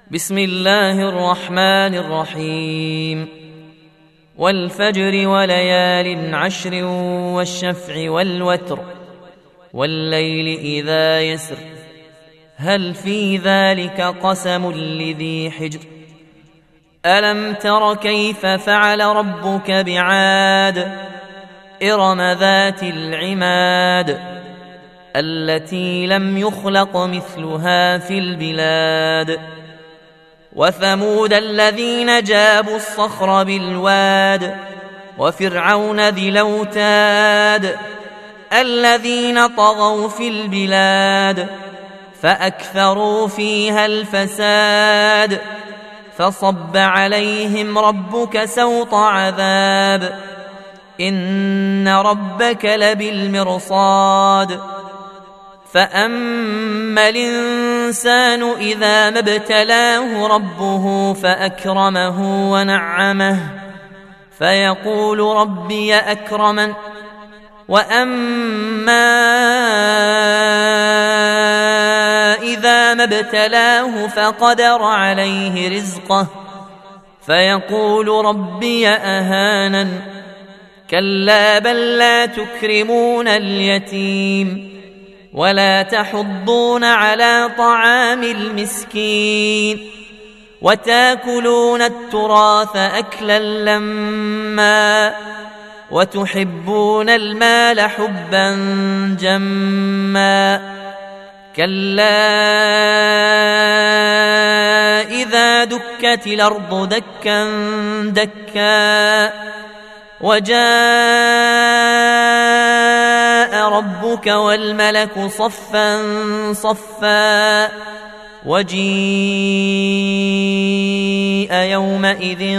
بسم الله الرحمن الرحيم. والفجر وليال عشر والشفع والوتر والليل إذا يسر هل في ذلك قسم لذي حجر ألم تر كيف فعل ربك بعاد إرم ذات العماد التي لم يخلق مثلها في البلاد وثمود الذين جابوا الصخر بالواد وفرعون ذي الأوتاد الذين طغوا في البلاد فأكثروا فيها الفساد فصب عليهم ربك سوط عذاب إن ربك لبالمرصاد فأما الإنسان إذا ما ابتلاه ربه فأكرمه ونعمه فيقول ربي أكرمن وأما إذا ما ابتلاه فقدر عليه رزقه فيقول ربي أهانن كلا بل لا تكرمون اليتيم ولا تحضون على طعام المسكين وتاكلون التراث أكلا لما وتحبون المال حبا جما كلا إذا دكت الأرض دكا دكا وجاء ربك والملك صفا صفا وجيء يومئذ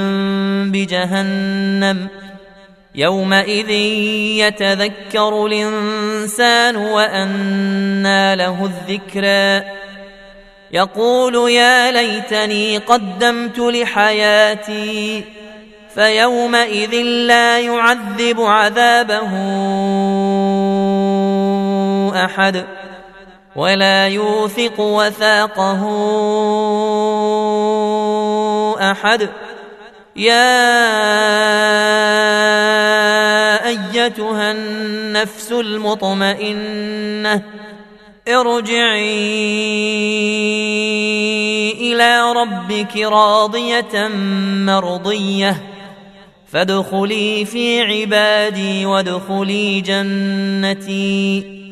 بجهنم يومئذ يتذكر الإنسان وأنى له الذكرى يقول يا ليتني قدمت لحياتي فيومئذ لا يعذب عذابه أحد ولا يوثق وثاقه أحد يا أيتها النفس المطمئنة ارجعي إلى ربك راضية مرضية فادخلي في عبادي وادخلي جنتي